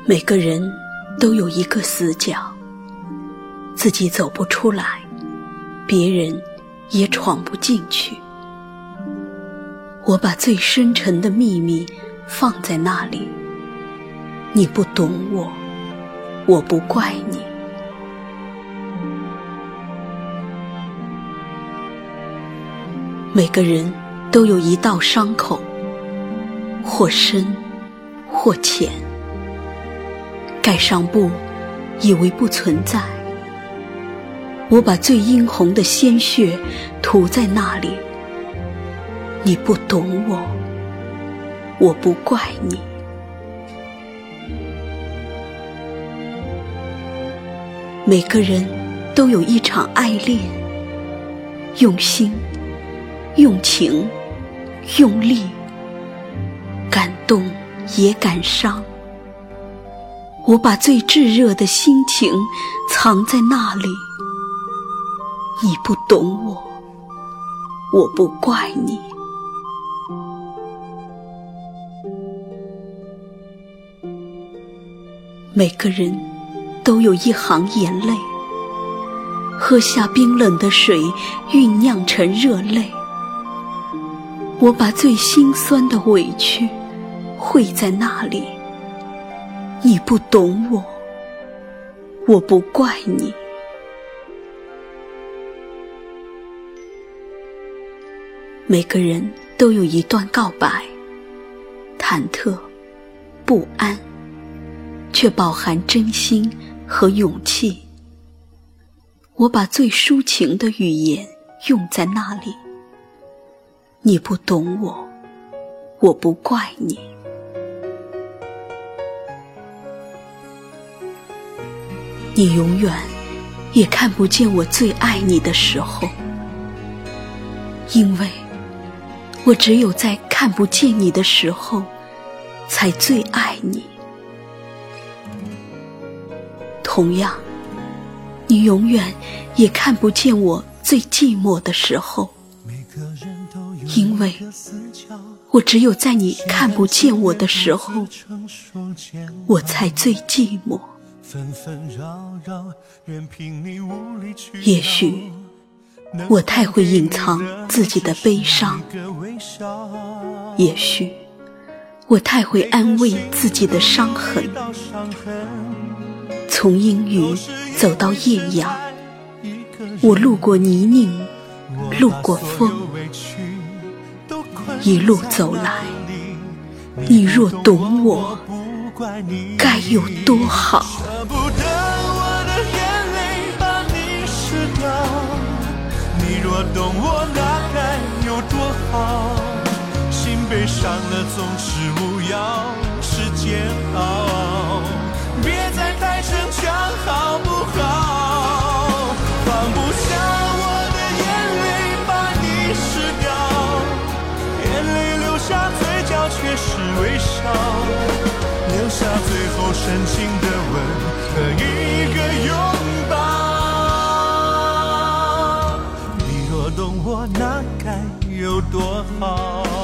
每个人都有一个死角，自己走不出来，别人也闯不进去。我把最深沉的秘密放在那里，你不懂我，我不怪你。每个人都有一道伤口，或深或浅，盖上布以为不存在。我把最殷红的鲜血涂在那里，你不懂我，我不怪你。每个人都有一场爱恋，用心用情用力，感动也感伤。我把最炙热的心情藏在那里，你不懂我，我不怪你。每个人都有一行眼泪，喝下冰冷的水，酝酿成热泪。我把最心酸的委屈汇在那里，你不懂我，我不怪你。每个人都有一段告白，忐忑不安，却饱含真心和勇气。我把最抒情的语言用在那里，你不懂我，我不怪你。你永远也看不见我最爱你的时候，因为我只有在看不见你的时候才最爱你。同样，你永远也看不见我最寂寞的时候，因为我只有在你看不见我的时候，我才最寂寞。也许我太会隐藏自己的悲伤，也许我太会安慰自己的伤痕。从阴雨走到艳阳，我路过泥泞，路过风，一路走来，你若懂我，该有多好。 舍不得我的眼泪把你湿掉，你若懂我那该有多好。心被伤了总是无药，是煎熬，别再太逞强好不好。放不下我的眼泪把你湿掉，眼泪流下嘴角却是微笑，留下最后深情的吻和一个拥抱。你若懂我那该有多好。